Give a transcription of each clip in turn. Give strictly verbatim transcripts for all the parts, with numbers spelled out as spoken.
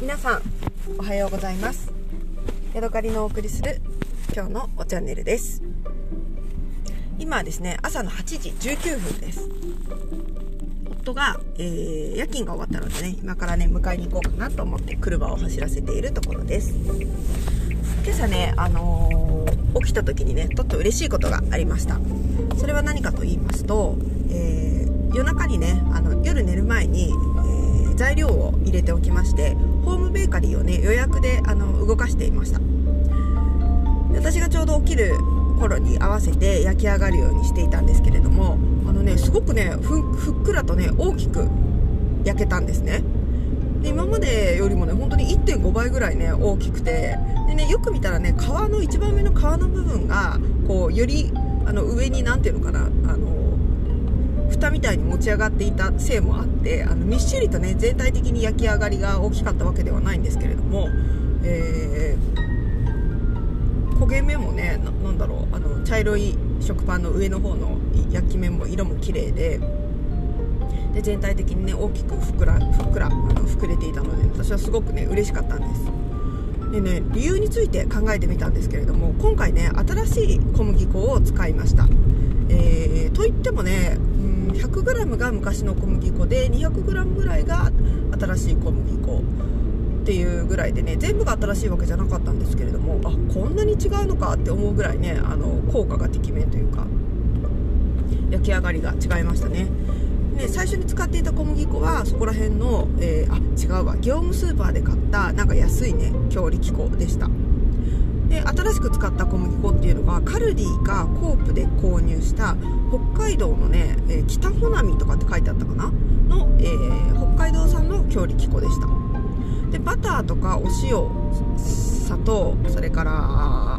皆さんおはようございます。ヤドカリのお送りする今日のおチャンネルです。今はですね、朝のはちじじゅうきゅうふんです。夫が、えー、夜勤が終わったのでね、今からね迎えに行こうかなと思って車を走らせているところです。今朝ね、あのー、起きた時にね、ちょっと嬉しいことがありました。それは何かと言いますと、えー、夜中にね、あの夜寝る前に、えー、材料を入れておきまして、ホームベーカリーをね予約であの動かしていました。私がちょうど起きる頃に合わせて焼き上がるようにしていたんですけれども、あのねすごくね ふ, ふっくらとね大きく焼けたんですね。で今までよりもね本当に いってんご 倍ぐらいね大きくて、でねよく見たらね、皮の一番上の皮の部分がこうよりあの上になんていうのかな、あの蓋みたいに持ち上がっていたせいもあって、あのみっしりとね全体的に焼き上がりが大きかったわけではないんですけれども、えー、焦げ目もね な, なんだろうあの茶色い食パンの上の方の焼き目も色も綺麗で、で全体的にね大きくふっくらふっくらあの膨れていたので、私はすごくね嬉しかったんです。でね、理由について考えてみたんですけれども、今回ね新しい小麦粉を使いました。えー、といってもね、うん、ひゃくグラム が昔の小麦粉で にひゃくグラム ぐらいが新しい小麦粉っていうぐらいでね、全部が新しいわけじゃなかったんですけれども、あこんなに違うのかって思うぐらいね、あの効果がてきめんというか焼き上がりが違いましたね。で最初に使っていた小麦粉はそこら辺の、えー、あ違うわ業務スーパーで買ったなんか安いね強力粉でした。で新しく使った小麦粉っていうのがカルディかコープで購入した北海道のね、えー、北穂波とかって書いてあったかなの、えー、北海道産の強力粉でした。でバターとかお塩、砂糖、それから、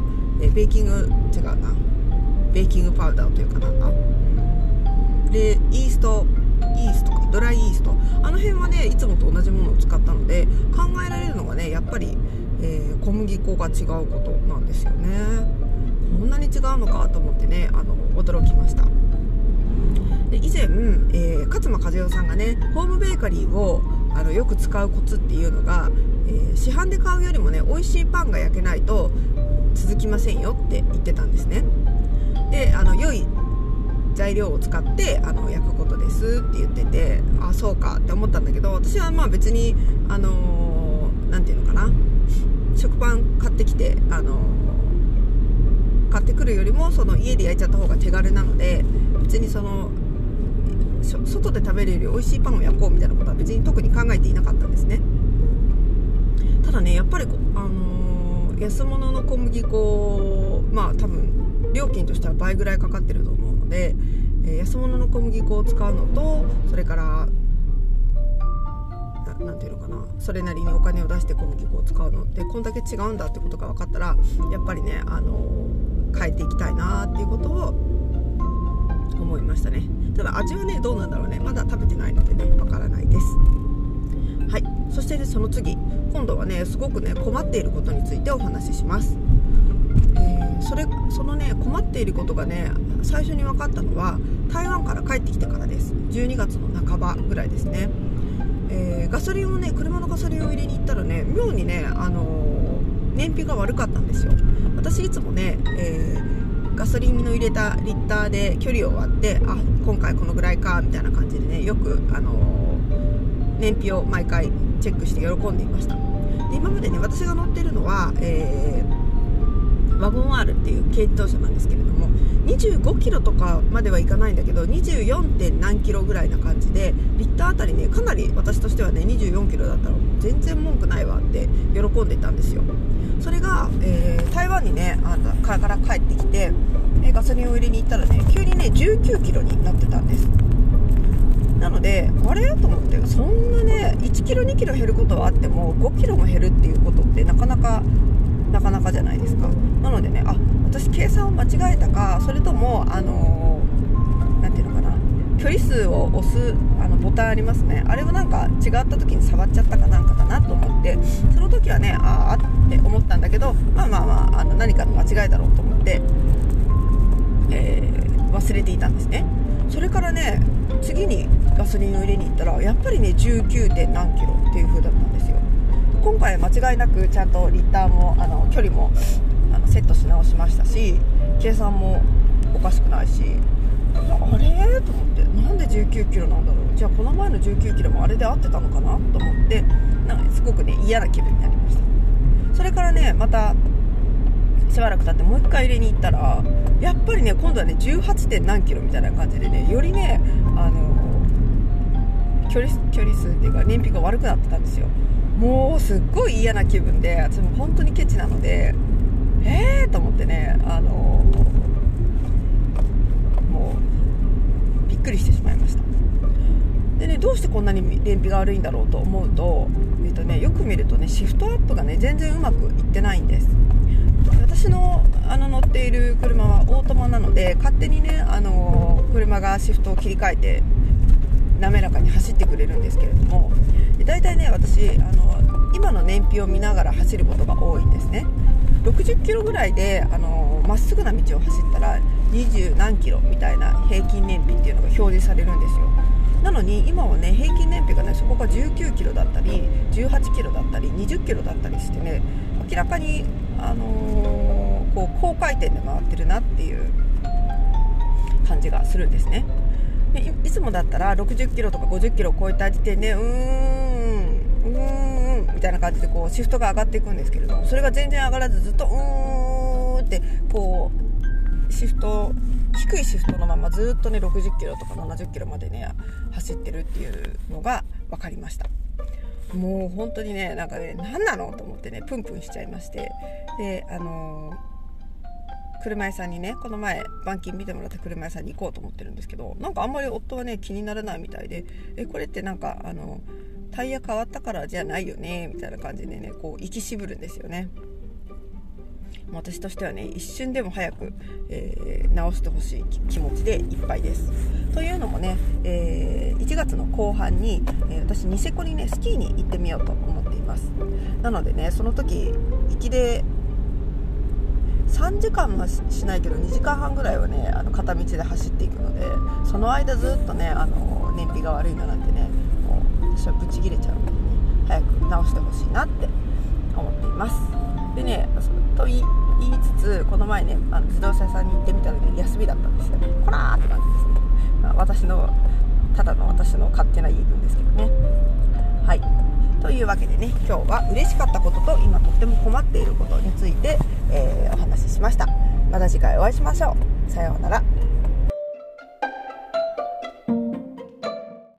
えー、ベーキング違うなベーキングパウダーというかなんだでイーストイーストかドライイースト、あの辺はねいつもと同じものを使ったので、考えられるのがねやっぱり、えー、小麦粉が違うことなんですよね。こんなに違うのかと思ってね、あの驚きました。で以前、えー、勝間和代さんがねホームベーカリーをあのよく使うコツっていうのが、えー、市販で買うよりもね美味しいパンが焼けないと続きませんよって言ってたんですね。であの良い材料を使ってあの焼くことですって言ってて、あそうかって思ったんだけど、私はまあ別にあのー、なんていうのかな、食パン買ってきてあのー、買ってくるよりもその家で焼いちゃった方が手軽なので、別にその外で食べるより美味しいパンを焼こうみたいなことは別に特に考えていなかったんですね。ただねやっぱりあのー、安物の小麦粉、まあ多分料金としては倍ぐらいかかってると思うので、えー、安物の小麦粉を使うのと、それからななんていうのかな、それなりにお金を出して小麦粉を使うのってこんだけ違うんだってことが分かったら、やっぱりね、あのー、変えていきたいなっていうことを思いましたね。ただ味はねどうなんだろうね、まだ食べてないのでねわからないです。はい、そしてねその次、今度はねすごくね困っていることについてお話しします。えー、それそのね困っていることがね最初に分かったのは台湾から帰ってきてからです。じゅうにがつの半ばぐらいですね。えー、ガソリンをね車のガソリンを入れに行ったらね、妙にね、あのー、燃費が悪かったんですよ。私いつもね、えー、ガソリンの入れたリッターで距離を割って、あ今回このぐらいかみたいな感じでね、よく、あのー、燃費を毎回チェックして喜んでいました。で今までね私が乗ってるのは、えーワゴン アール っていう軽自動車なんですけれども、にじゅうごキロとかまではいかないんだけど にじゅうよん. 点何キロぐらいな感じで、リッターあたりねかなり私としてはねにじゅうよんキロだったら全然文句ないわって喜んでたんですよ。それが、えー、台湾にねあのから帰ってきて、えガソリンを入れに行ったらね急にねじゅうきゅうキロになってたんです。なのであれと思って、そんなねいちキロにキロ減ることはあってもごキロも減るっていうことってなかなかなかなかじゃないですか。なのでね、あ私計算を間違えたか、それともあのー、なんていうのかな、距離数を押すあのボタンありますね、あれをなんか違った時に触っちゃったかなんかだなと思って、その時はねあーって思ったんだけど、まあまあまあ、あの何かの間違いだろうと思って、えー、忘れていたんですね。それからね次にガソリンを入れに行ったらやっぱりねじゅうきゅうてん何キロっていう風だったんですよ。 今回間違いなくちゃんとリッターもあの距離もあのセットし直しましたし、計算もおかしくないし、あれと思って、なんでじゅうきゅうキロなんだろう、じゃあこの前のじゅうきゅうキロもあれで合ってたのかなと思って、なんかすごくね嫌な気分になりました。それからねまたしばらく経ってもう一回入れに行ったら、やっぱりね今度はねじゅうはちてん何キロみたいな感じでね、よりねあの距離距離数っていうか燃費が悪くなってたんですよ。もうすっごい嫌な気分で、私も本当にケチなので、えーと思ってね、あのもうびっくりしてしまいました。でね、どうしてこんなに燃費が悪いんだろうと思うと、えっとね、よく見るとねシフトアップがね全然うまくいってないんです。私の、あの乗っている車はオートマなので、勝手にねあの車がシフトを切り替えて滑らかに走ってくれるんですけれども、だいたいね私あの今の燃費を見ながら走ることが多いんですね。ろくじゅっキロぐらいであのまっすぐな道を走ったらにじゅう何キロみたいな平均燃費っていうのが表示されるんですよ。なのに今はね平均燃費がねそこがじゅうきゅうキロだったりじゅうはちキロだったりにじゅっキロだったりしてね、明らかに、あのー、こう高回転で回ってるなっていう感じがするんですね。で い, いつもだったらろくじゅっキロとかごじゅっキロを超えた時点でうーんうーんみたいな感じでこうシフトが上がっていくんですけれども、それが全然上がらずずっとうーんってこうシフト低いシフトのままずっとねろくじゅっキロとかななじゅっキロまでね走ってるっていうのが分かりました。もう本当にねなんかね何なのと思ってねプンプンしちゃいまして、であのー車屋さんにねこの前板金見てもらった車屋さんに行こうと思ってるんですけど、なんかあんまり夫はね気にならないみたいで、えこれってなんかあのタイヤ変わったからじゃないよねみたいな感じでねこう行き渋るんですよね。私としてはね一瞬でも早く、えー、直してほしい気持ちでいっぱいです。というのもね、えー、いちがつの後半に、えー、私ニセコにねスキーに行ってみようと思っています。なのでねその時行きでさんじかんはしないけどにじかんはんぐらいはねあの片道で走っていくので、その間ずっとねあの燃費が悪いななんてねもう私はブチ切れちゃうので、ね、早く直してほしいなって思っています。でねと言いつつこの前ねあの自動車屋さんに行ってみたらね休みだったんですよ。こらーって感じですね。まあ、私のただの私の勝手な言い分ですけどね。はいというわけでね今日は嬉しかったことと今とっても困っていることについて、えー、お話ししました。また次回お会いしましょう。さようなら。